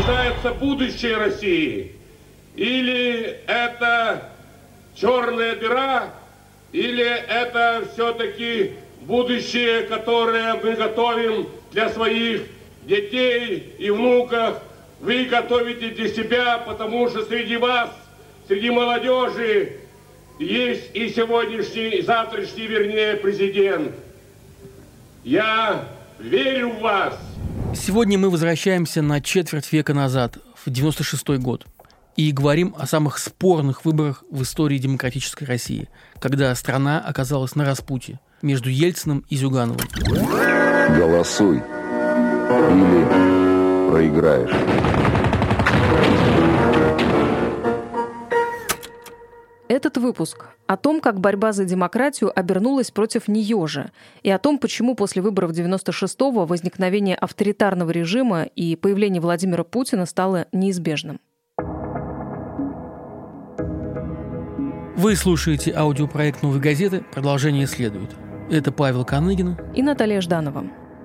касается будущей России. Или это черная дыра, или это все-таки будущее, которое мы готовим для своих детей и внуков. Вы готовите для себя, потому что среди вас, среди молодежи, есть и сегодняшний, и завтрашний, вернее, президент. Я верю в вас. Сегодня мы возвращаемся на четверть века назад, в 96-й год, и говорим о самых спорных выборах в истории демократической России, когда страна оказалась на распутье между Ельциным и Зюгановым. Голосуй или проиграешь. Этот выпуск о том, как борьба за демократию обернулась против нее же, и о том, почему после выборов 96-го возникновение авторитарного режима и появление Владимира Путина стало неизбежным. Вы слушаете аудиопроект «Новой газеты». Продолжение следует. Это Павел Коныгин и Наталья Жданова.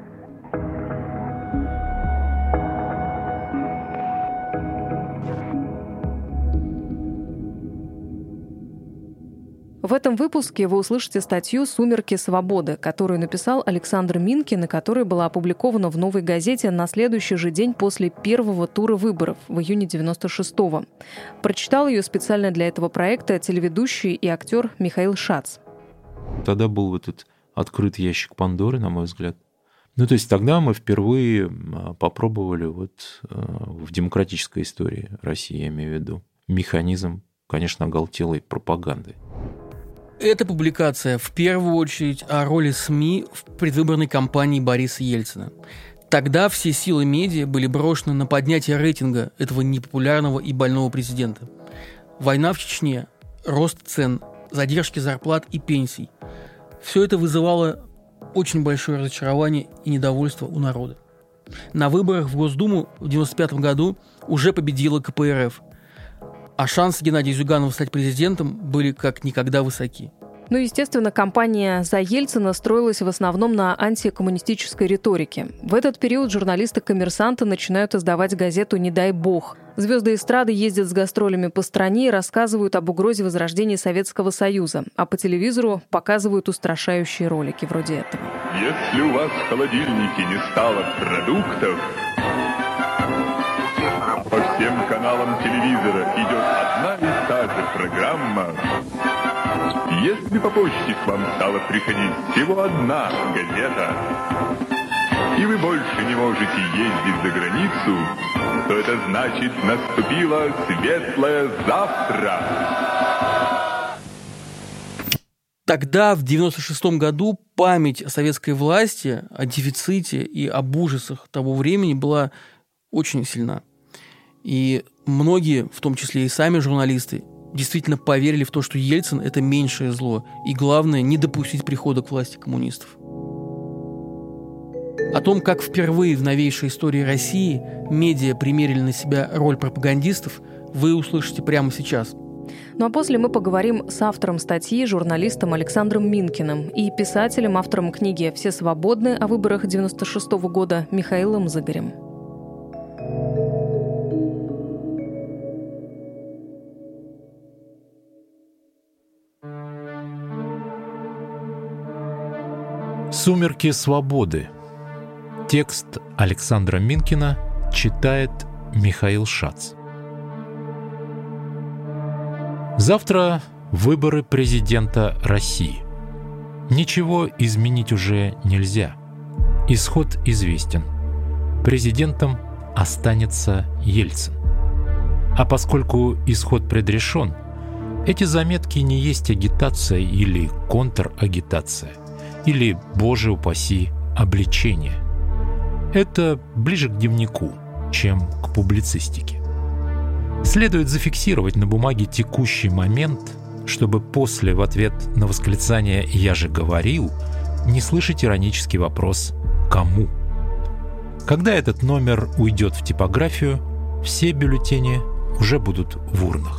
В этом выпуске вы услышите статью «Сумерки свободы», которую написал Александр Минкин, и которая была опубликована в «Новой газете» на следующий же день после первого тура выборов в июне 96-го. Прочитал ее специально для этого проекта телеведущий и актер Михаил Шац. Тогда был этот открыт ящик Пандоры, на мой взгляд. То есть тогда мы впервые попробовали в демократической истории России, я имею в виду, механизм, конечно, оголтелой пропаганды. Эта публикация в первую очередь о роли СМИ в предвыборной кампании Бориса Ельцина. Тогда все силы медиа были брошены на поднятие рейтинга этого непопулярного и больного президента. Война в Чечне, рост цен, задержки зарплат и пенсий – все это вызывало очень большое разочарование и недовольство у народа. На выборах в Госдуму в 1995 году уже победила КПРФ, а шансы Геннадия Зюганова стать президентом были как никогда высоки. Естественно, кампания за Ельцина строилась в основном на антикоммунистической риторике. В этот период журналисты «Коммерсанта» начинают издавать газету «Не дай бог». Звезды эстрады ездят с гастролями по стране и рассказывают об угрозе возрождения Советского Союза, а по телевизору показывают устрашающие ролики вроде этого. Если у вас в холодильнике не стало продуктов, по всем каналам телевизора идет одна и та же программа. Если по почте к вам стала приходить всего одна газета, и вы больше не можете ездить за границу, то это значит, наступило светлое завтра. Тогда, в 1996 году, память о советской власти, о дефиците и об ужасах того времени была очень сильна. И многие, в том числе и сами журналисты, действительно поверили в то, что Ельцин – это меньшее зло, и главное – не допустить прихода к власти коммунистов. О том, как впервые в новейшей истории России медиа примерили на себя роль пропагандистов, вы услышите прямо сейчас. А после мы поговорим с автором статьи, журналистом Александром Минкиным и писателем, автором книги «Все свободны» о выборах 1996 года Михаилом Зыгарем. «Сумерки свободы». Текст Александра Минкина читает Михаил Шац. Завтра выборы президента России. Ничего изменить уже нельзя. Исход известен. Президентом останется Ельцин. А поскольку исход предрешен, эти заметки не есть агитация или контрагитация, или, боже упаси, обличение. Это ближе к дневнику, чем к публицистике. Следует зафиксировать на бумаге текущий момент, чтобы после в ответ на восклицание «я же говорил» не слышать иронический вопрос «кому?». Когда этот номер уйдет в типографию, все бюллетени уже будут в урнах.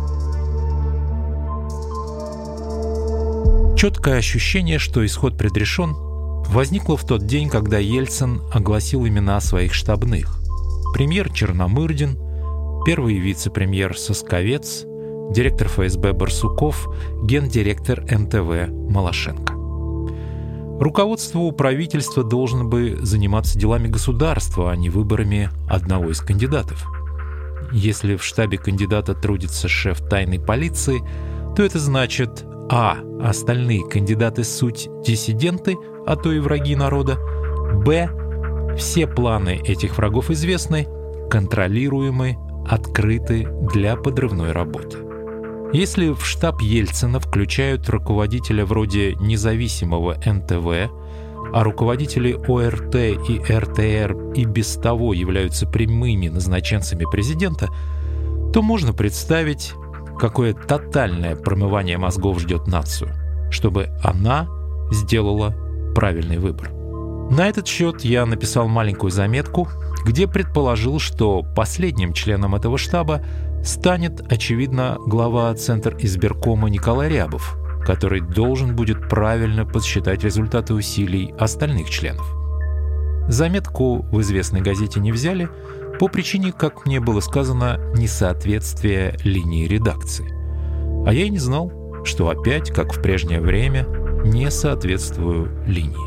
Четкое ощущение, что исход предрешен, возникло в тот день, когда Ельцин огласил имена своих штабных. премьер Черномырдин, первый вице-премьер Сосковец, директор ФСБ Барсуков, гендиректор НТВ Малашенко. Руководство правительства должно бы заниматься делами государства, а не выборами одного из кандидатов. Если в штабе кандидата трудится шеф тайной полиции, то это значит: а. Остальные кандидаты суть диссиденты, а то и враги народа. Б. Все планы этих врагов известны, контролируемы, открыты для подрывной работы. Если в штаб Ельцина включают руководителя вроде независимого НТВ, а руководители ОРТ и РТР и без того являются прямыми назначенцами президента, то можно представить, какое тотальное промывание мозгов ждет нацию, чтобы она сделала правильный выбор. На этот счет я написал маленькую заметку, где предположил, что последним членом этого штаба станет, очевидно, глава Центризбиркома Николай Рябов, который должен будет правильно подсчитать результаты усилий остальных членов. Заметку в известной газете не взяли по причине, как мне было сказано, несоответствия линии редакции. А я и не знал, что опять, как в прежнее время, не соответствую линии.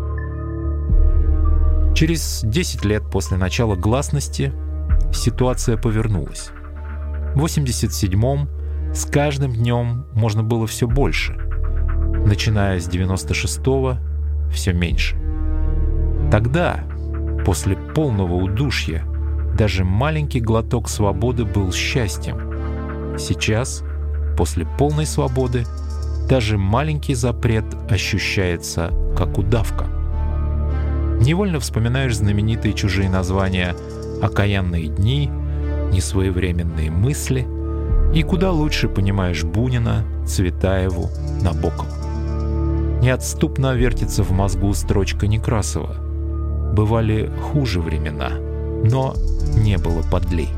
Через 10 лет после начала гласности ситуация повернулась. В 87-м с каждым днем можно было все больше. Начиная с 96-го все меньше. Тогда, после полного удушья, даже маленький глоток свободы был счастьем. Сейчас, после полной свободы, даже маленький запрет ощущается как удавка. Невольно вспоминаешь знаменитые чужие названия «Окаянные дни», «Несвоевременные мысли», и куда лучше понимаешь Бунина, Цветаеву, Набокова. Неотступно вертится в мозгу строчка Некрасова: «Бывали хуже времена, но не было подлей».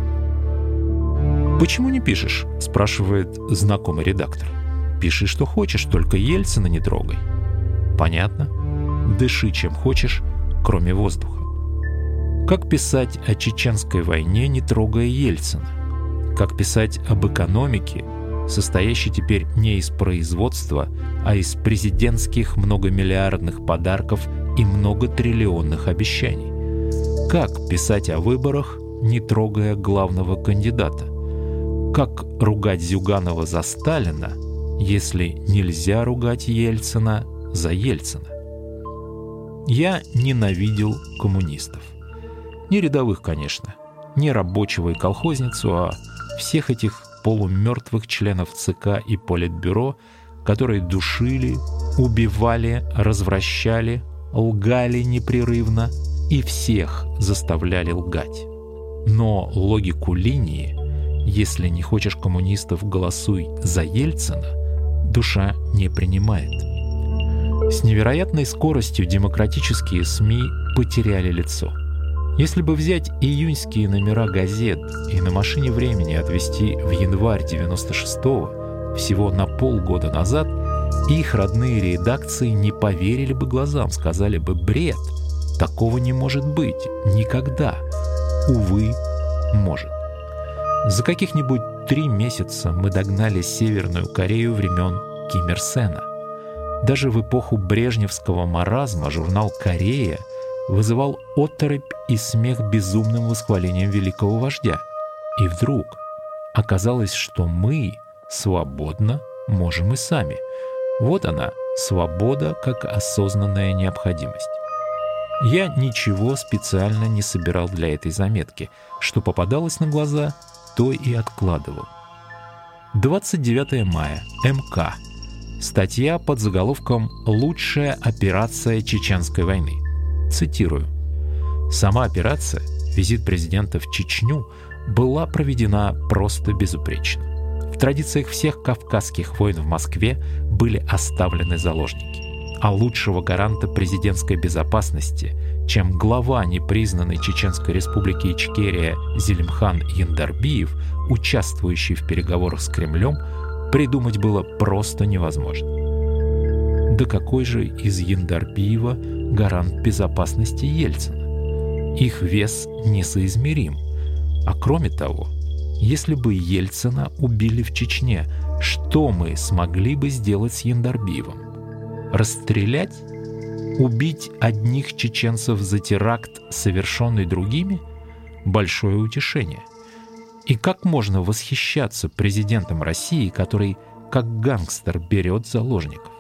«Почему не пишешь?» — спрашивает знакомый редактор. «Пиши, что хочешь, только Ельцина не трогай». «Понятно. Дыши, чем хочешь, кроме воздуха». Как писать о чеченской войне, не трогая Ельцина? Как писать об экономике, состоящей теперь не из производства, а из президентских многомиллиардных подарков и многотриллионных обещаний? Как писать о выборах, не трогая главного кандидата? Как ругать Зюганова за Сталина, если нельзя ругать Ельцина за Ельцина? Я ненавидел коммунистов. Не рядовых, конечно, не рабочего и колхозницу, а всех этих полумертвых членов ЦК и Политбюро, которые душили, убивали, развращали, лгали непрерывно и всех заставляли лгать. Но логику линии «если не хочешь коммунистов, голосуй за Ельцина» душа не принимает. С невероятной скоростью демократические СМИ потеряли лицо. Если бы взять июньские номера газет и на машине времени отвезти в январь 96-го, всего на полгода назад, их родные редакции не поверили бы глазам, сказали бы: бред, такого не может быть, никогда. Увы, может. За каких-нибудь 3 месяца мы догнали Северную Корею времен Ким Ир Сена. Даже в эпоху брежневского маразма журнал «Корея» вызывал оторопь и смех безумным восхвалением великого вождя. И вдруг оказалось, что мы свободно можем и сами. Вот она, свобода как осознанная необходимость. Я ничего специально не собирал для этой заметки. Что попадалось на глаза, то и откладывал. 29 мая. МК. Статья под заголовком «Лучшая операция Чеченской войны». Цитирую. «Сама операция, визит президента в Чечню, была проведена просто безупречно. В традициях всех кавказских войн в Москве были оставлены заложники. А лучшего гаранта президентской безопасности, чем глава непризнанной Чеченской республики Ичкерия Зелимхан Яндарбиев, участвующий в переговорах с Кремлем, придумать было просто невозможно. Да какой же из Яндарбиева гарант безопасности Ельцина? их вес несоизмерим. А кроме того, если бы Ельцина убили в Чечне, что мы смогли бы сделать с Яндарбиевым? Расстрелять? Убить одних чеченцев за теракт, совершенный другими? Большое утешение. И как можно восхищаться президентом России, который как гангстер берет заложников?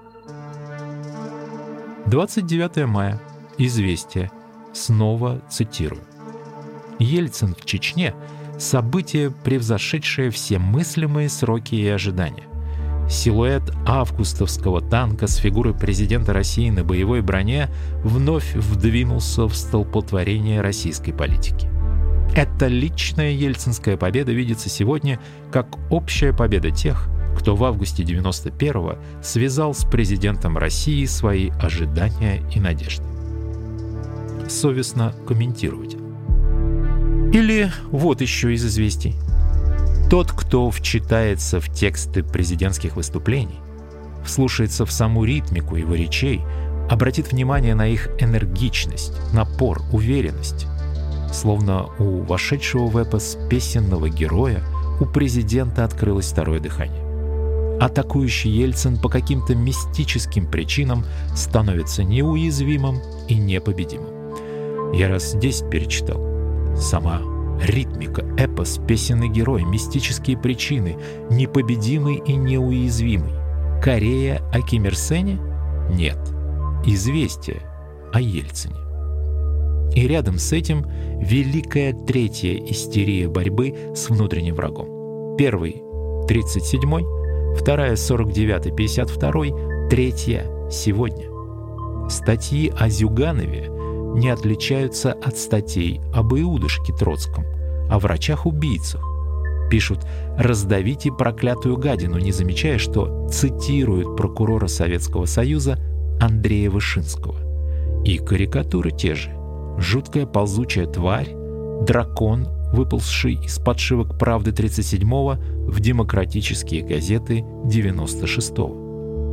29 мая. Известия. Снова цитирую. Ельцин в Чечне – событие, превзошедшее все мыслимые сроки и ожидания. Силуэт августовского танка с фигурой президента России на боевой броне вновь вдвинулся в столпотворение российской политики. Эта личная ельцинская победа видится сегодня как общая победа тех, кто в августе 91-го связал с президентом России свои ожидания и надежды. Совестно комментировать. Или вот еще из известий. Тот, кто вчитается в тексты президентских выступлений, вслушается в саму ритмику его речей, обратит внимание на их энергичность, напор, уверенность. Словно у вошедшего в эпос песенного героя у президента открылось второе дыхание. Атакующий Ельцин по каким-то мистическим причинам становится неуязвимым и непобедимым. Я раз 10 перечитал. Сама ритмика, эпос, песенный герой, мистические причины, непобедимый и неуязвимый. Корея о Ким Ир Сене? Нет. Известие о Ельцине. И рядом с этим великая третья истерия борьбы с внутренним врагом. Первый — 37-й, вторая — 49-й, 52-й, третья — сегодня. Статьи о Зюганове не отличаются от статей об Иудышке Троцком, о врачах-убийцах. Пишут «раздавите проклятую гадину», не замечая, что цитируют прокурора Советского Союза Андрея Вышинского. И карикатуры те же. Жуткая ползучая тварь, дракон, выползший из подшивок «Правды» 37-го в демократические газеты 96-го.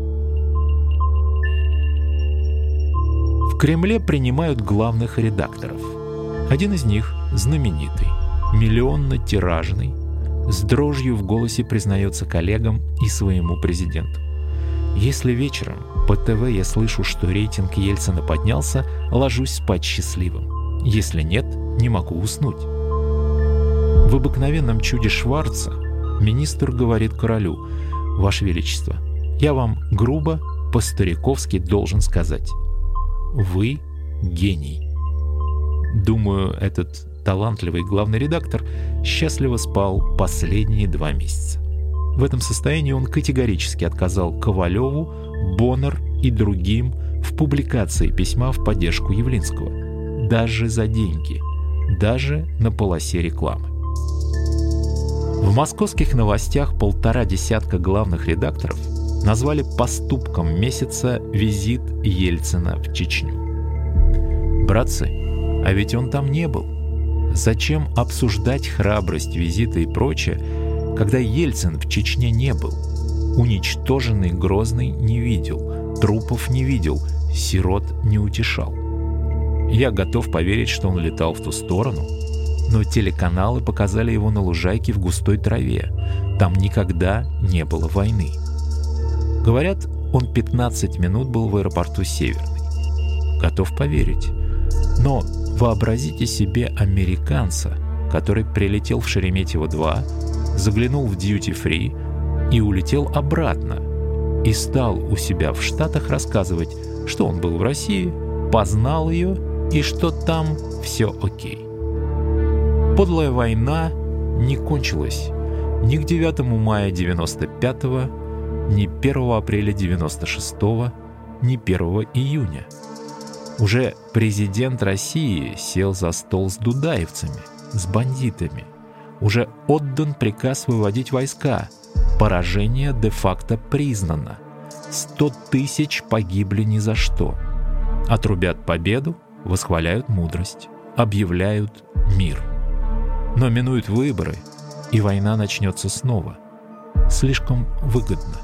В Кремле принимают главных редакторов. Один из них, знаменитый, миллионно-тиражный, с дрожью в голосе признается коллегам и своему президенту. Если вечером по ТВ я слышу, что рейтинг Ельцина поднялся, ложусь спать счастливым. Если нет, не могу уснуть. В обыкновенном чуде Шварца министр говорит королю: «Ваше Величество, я вам грубо, по-стариковски должен сказать: вы гений». Думаю, этот талантливый главный редактор счастливо спал последние 2 месяца. В этом состоянии он категорически отказал Ковалеву, Боннер и другим в публикации письма в поддержку Явлинского. Даже за деньги. Даже на полосе рекламы. В московских новостях 1,5 десятка главных редакторов назвали поступком месяца визит Ельцина в Чечню. Братцы, а ведь он там не был. Зачем обсуждать храбрость визита и прочее, когда Ельцин в Чечне не был? Уничтоженный Грозный не видел, трупов не видел, сирот не утешал. Я готов поверить, что он летал в ту сторону, но телеканалы показали его на лужайке в густой траве. Там никогда не было войны. Говорят, он 15 минут был в аэропорту Северный. Готов поверить. Но вообразите себе американца, который прилетел в Шереметьево-2, заглянул в дьюти-фри и улетел обратно. И стал у себя в Штатах рассказывать, что он был в России, познал ее и что там все окей. Подлая война не кончилась ни к 9 мая 95-го, ни 1 апреля 96-го, ни 1 июня. Уже президент России сел за стол с дудаевцами, с бандитами. Уже отдан приказ выводить войска. Поражение де-факто признано. 100 тысяч погибли ни за что. Отрубят победу, восхваляют мудрость, объявляют мир. Но минуют выборы, и война начнется снова. Слишком выгодно.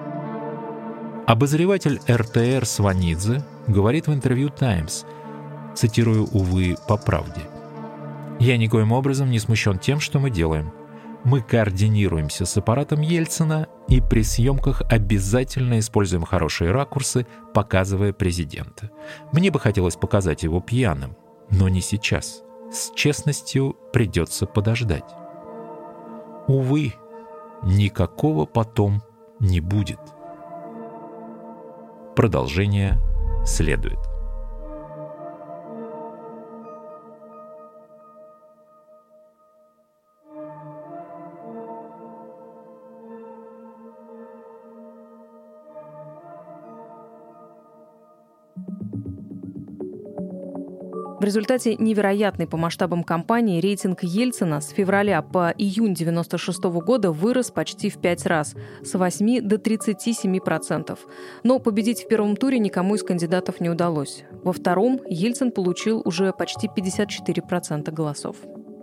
Обозреватель РТР Сванидзе говорит в интервью «Таймс»: Цитирую, увы, по правде. «Я никоим образом не смущен тем, что мы делаем. Мы координируемся с аппаратом Ельцина и при съемках обязательно используем хорошие ракурсы, показывая президента. Мне бы хотелось показать его пьяным, но не сейчас. С честностью придется подождать». Увы, никакого потом не будет. Продолжение следует. В результате невероятной по масштабам кампании рейтинг Ельцина с февраля по июнь 1996 года вырос почти в 5 раз – с 8 до 37%. Но победить в первом туре никому из кандидатов не удалось. Во втором Ельцин получил уже почти 54% голосов.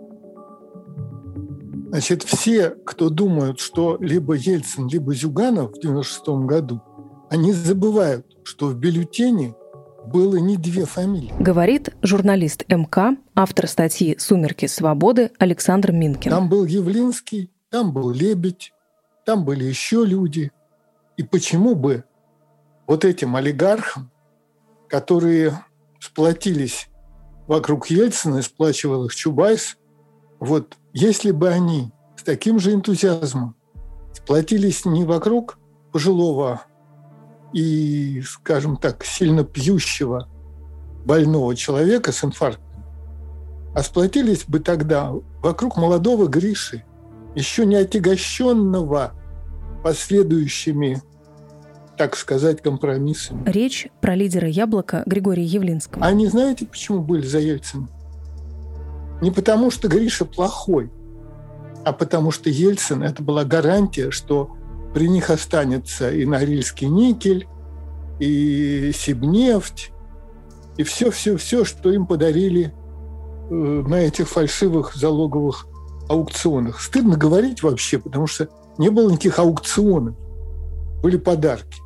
Значит, все, кто думают, что либо Ельцин, либо Зюганов в 1996 году, они забывают, что в бюллетене было не две фамилии. Говорит журналист МК, автор статьи «Сумерки свободы» Александр Минкин. Там был Явлинский, там был Лебедь, там были еще люди. И почему бы вот этим олигархам, которые сплотились вокруг Ельцина, и сплачивал их Чубайс, вот если бы они с таким же энтузиазмом сплотились не вокруг пожилого и, скажем так, сильно пьющего больного человека с инфарктом, а сплотились бы тогда вокруг молодого Гриши, еще не отягощенного последующими, так сказать, компромиссами. Речь про лидера «Яблока» Григория Явлинского. А не знаете, почему были за Ельцина? Не потому, что Гриша плохой, а потому что Ельцин – это была гарантия, что при них останется и Норильский никель, и Сибнефть, и все, что им подарили на этих фальшивых залоговых аукционах. Стыдно говорить вообще, потому что не было никаких аукционов, были подарки.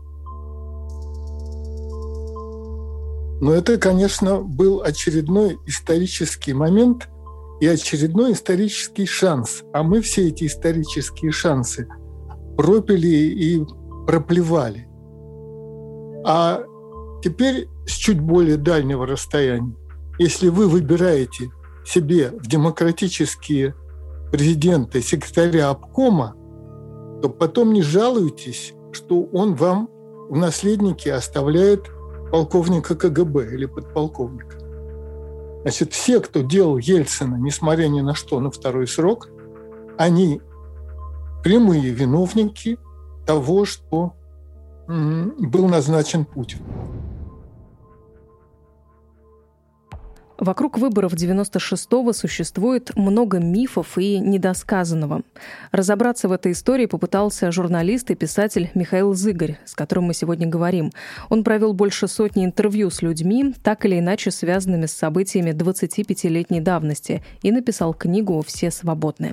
Но это, конечно, был очередной исторический момент и очередной исторический шанс. А мы все эти исторические шансы пропили и проплевали. А теперь с чуть более дальнего расстояния, если вы выбираете себе в демократические президенты секретаря обкома, то потом не жалуйтесь, что он вам в наследники оставляет полковника КГБ или подполковника. Значит, все, кто делал Ельцина, несмотря ни на что, на второй срок, они прямые виновники того, что был назначен Путин. Вокруг выборов 96-го существует много мифов и недосказанного. Разобраться в этой истории попытался журналист и писатель Михаил Зыгарь, с которым мы сегодня говорим. Он провел больше сотни интервью с людьми, так или иначе связанными с событиями 25-летней давности, и написал книгу «Все свободны».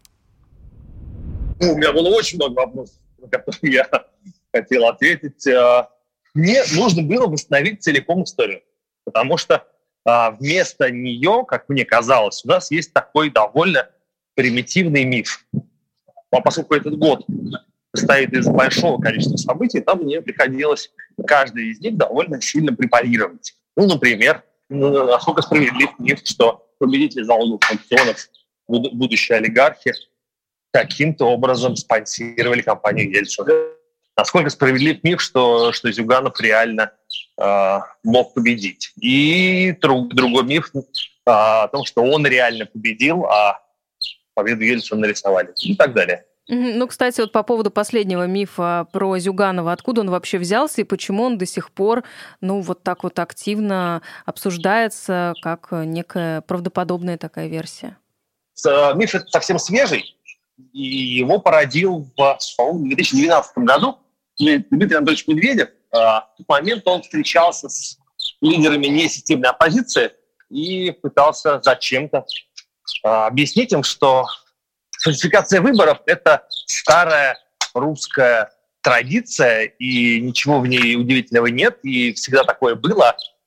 У меня было очень много вопросов, на которые я хотел ответить. Мне нужно было восстановить целиком историю, потому что вместо нее, как мне казалось, у нас есть такой довольно примитивный миф. А поскольку этот год состоит из большого количества событий, там мне приходилось каждый из них довольно сильно препарировать. Например, насколько справедлив миф, что победители залоговых аукционов, будущие олигархи, каким-то образом спонсировали компанию Ельцина. Насколько справедлив миф, что Зюганов реально мог победить. И другой миф о том, что он реально победил, а победу Ельцина нарисовали. И так далее. Ну, кстати, вот по поводу последнего мифа про Зюганова, откуда он вообще взялся и почему он до сих пор, вот так вот активно обсуждается как некая правдоподобная такая версия? Миф этот совсем свежий, и его породил в 2012 году Дмитрий Анатольевич Медведев. В тот момент он встречался с лидерами несистемной оппозиции и пытался зачем-то объяснить им, что фальсификация выборов – это старая русская традиция, и ничего в ней удивительного нет, и всегда такое было.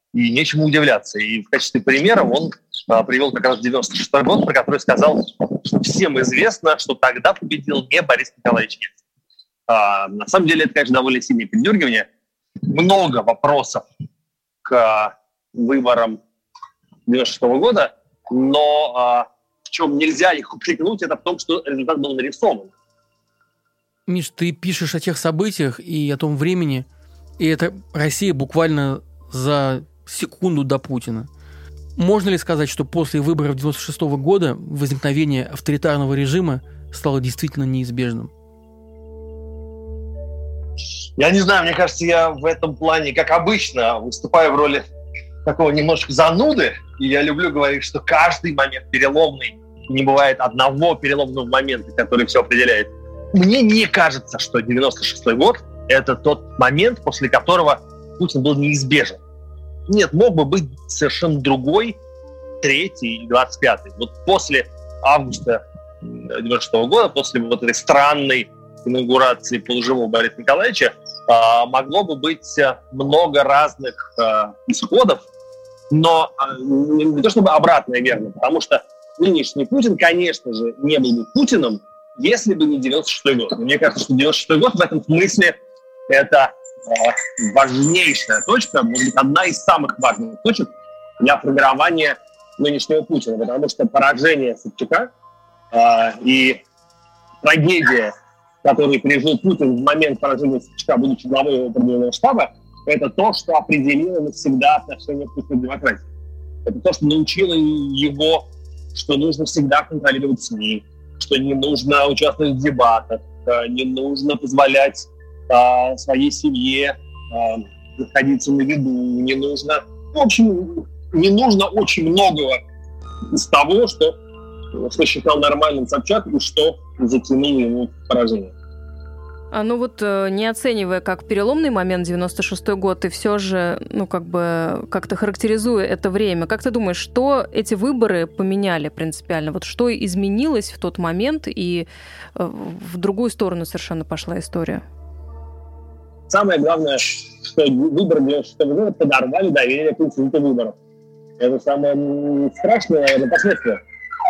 и нечему удивляться. И в качестве примера он привел как раз 96-й год, про который сказал, что всем известно, что тогда победил не Борис Николаевич Ельцин. На самом деле это, конечно, довольно сильное передергивание. Много вопросов к выборам 96-го года, но в чем нельзя их упрекнуть, это в том, что результат был нарисован. Миш, ты пишешь о тех событиях и о том времени, и это Россия буквально за секунду до Путина. Можно ли сказать, что после выборов 96-го года возникновение авторитарного режима стало действительно неизбежным? Я не знаю, мне кажется, я в этом плане, как обычно, выступаю в роли такого немножко зануды, и я люблю говорить, что каждый момент переломный, не бывает одного переломного момента, который все определяет. Мне не кажется, что 96-й год – это тот момент, после которого Путин был неизбежен. Нет, мог бы быть совершенно другой, 3-й или 25-й. Вот после августа 96-го года, после вот этой странной инаугурации полуживого Бориса Николаевича, могло бы быть много разных исходов, но не то чтобы обратное верно, потому что нынешний Путин, конечно же, не был бы Путиным, если бы не 96-й год. Мне кажется, что 96-й год в этом смысле это важнейшая точка, может быть, одна из самых важных точек для формирования нынешнего Путина, потому что поражение Собчака и трагедия, которую пережил Путин в момент поражения Собчака, будучи главой его определенного штаба, это то, что определило навсегда отношение Путина к демократии. Это то, что научило его, что нужно всегда контролировать СМИ, что не нужно участвовать в дебатах, не нужно позволять своей семье находиться на виду, не нужно, в общем, не нужно очень многого из того, что считал нормальным Собчак и что затянуло его в поражение. Ну вот, не оценивая как переломный момент 96-й год, и все же, как-то характеризуя это время, как ты думаешь, что эти выборы поменяли принципиально? Вот что изменилось в тот момент, и в другую сторону совершенно пошла история? Самое главное, что выборы 96-го года подорвали доверие к институту выборов. Это самое страшное, наверное, последствие.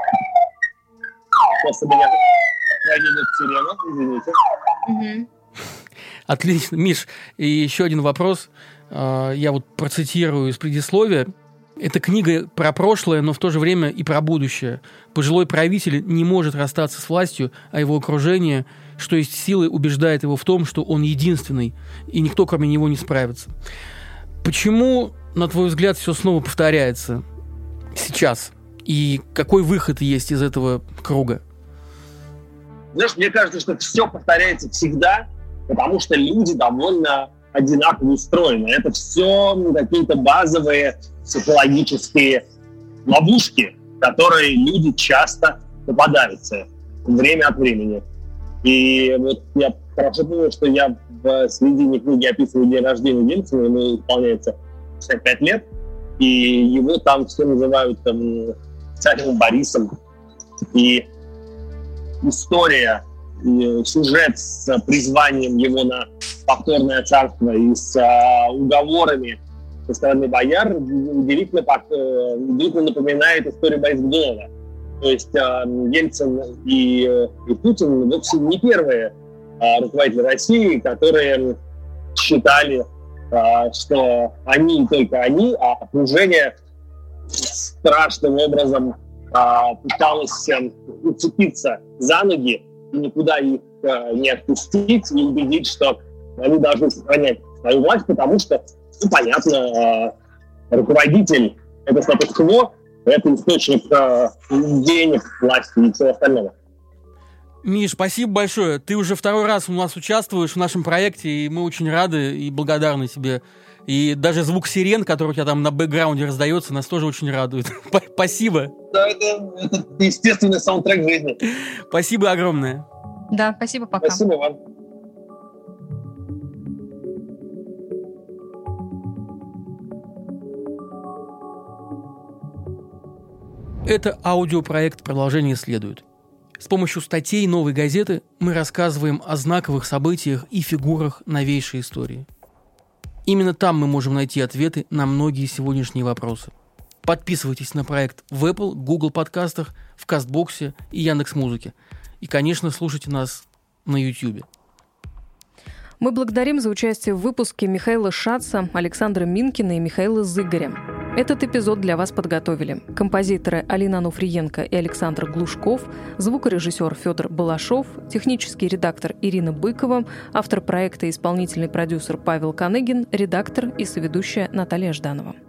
После меня пройдет сирена, извините. Отлично. Миш, и еще один вопрос. Я вот процитирую из предисловия. Это книга про прошлое, но в то же время и про будущее. Пожилой правитель не может расстаться с властью, а его окружение, что есть силы, убеждает его в том, что он единственный, и никто кроме него не справится. Почему, на твой взгляд, все снова повторяется сейчас? И какой выход есть из этого круга? Знаешь, мне кажется, что все повторяется всегда, потому что люди довольно одинаково устроены. Это все какие-то базовые психологические ловушки, в которые люди часто попадаются время от времени. И вот я хорошо помню, что я в середине книги описываю день рождения Ельцина, ему исполняется 65 лет, и его там все называют царем Борисом. И история, сюжет с призванием его на повторное царство и с уговорами со стороны бояр удивительно напоминает историю Бориса Годунова. То есть Ельцин и Путин вовсе не первые руководители России, которые считали, что они и только они, а окружение страшным образом пыталось уцепиться за ноги и никуда их не отпустить и убедить, что они должны сохранять свою власть, потому что, понятно, руководитель – это статус-кво, это источник денег, власти и всего остального. Миш, спасибо большое. Ты уже второй раз у нас участвуешь в нашем проекте, и мы очень рады и благодарны тебе. И даже звук сирен, который у тебя там на бэкграунде раздается, нас тоже очень радует. Спасибо. Да, это естественный саундтрек жизни. Спасибо огромное. Да, спасибо, пока. Спасибо вам. Это аудиопроект «Продолжение следует». С помощью статей «Новой газеты» мы рассказываем о знаковых событиях и фигурах новейшей истории. Именно там мы можем найти ответы на многие сегодняшние вопросы. Подписывайтесь на проект в Apple, Google подкастах, в Кастбоксе и Яндекс.Музыке. И, конечно, слушайте нас на YouTube. Мы благодарим за участие в выпуске Михаила Шаца, Александра Минкина и Михаила Зыгоря. Этот эпизод для вас подготовили композиторы Алина Ануфриенко и Александр Глушков, звукорежиссер Федор Балашов, технический редактор Ирина Быкова, автор проекта и исполнительный продюсер Павел Каныгин, редактор и соведущая Наталья Жданова.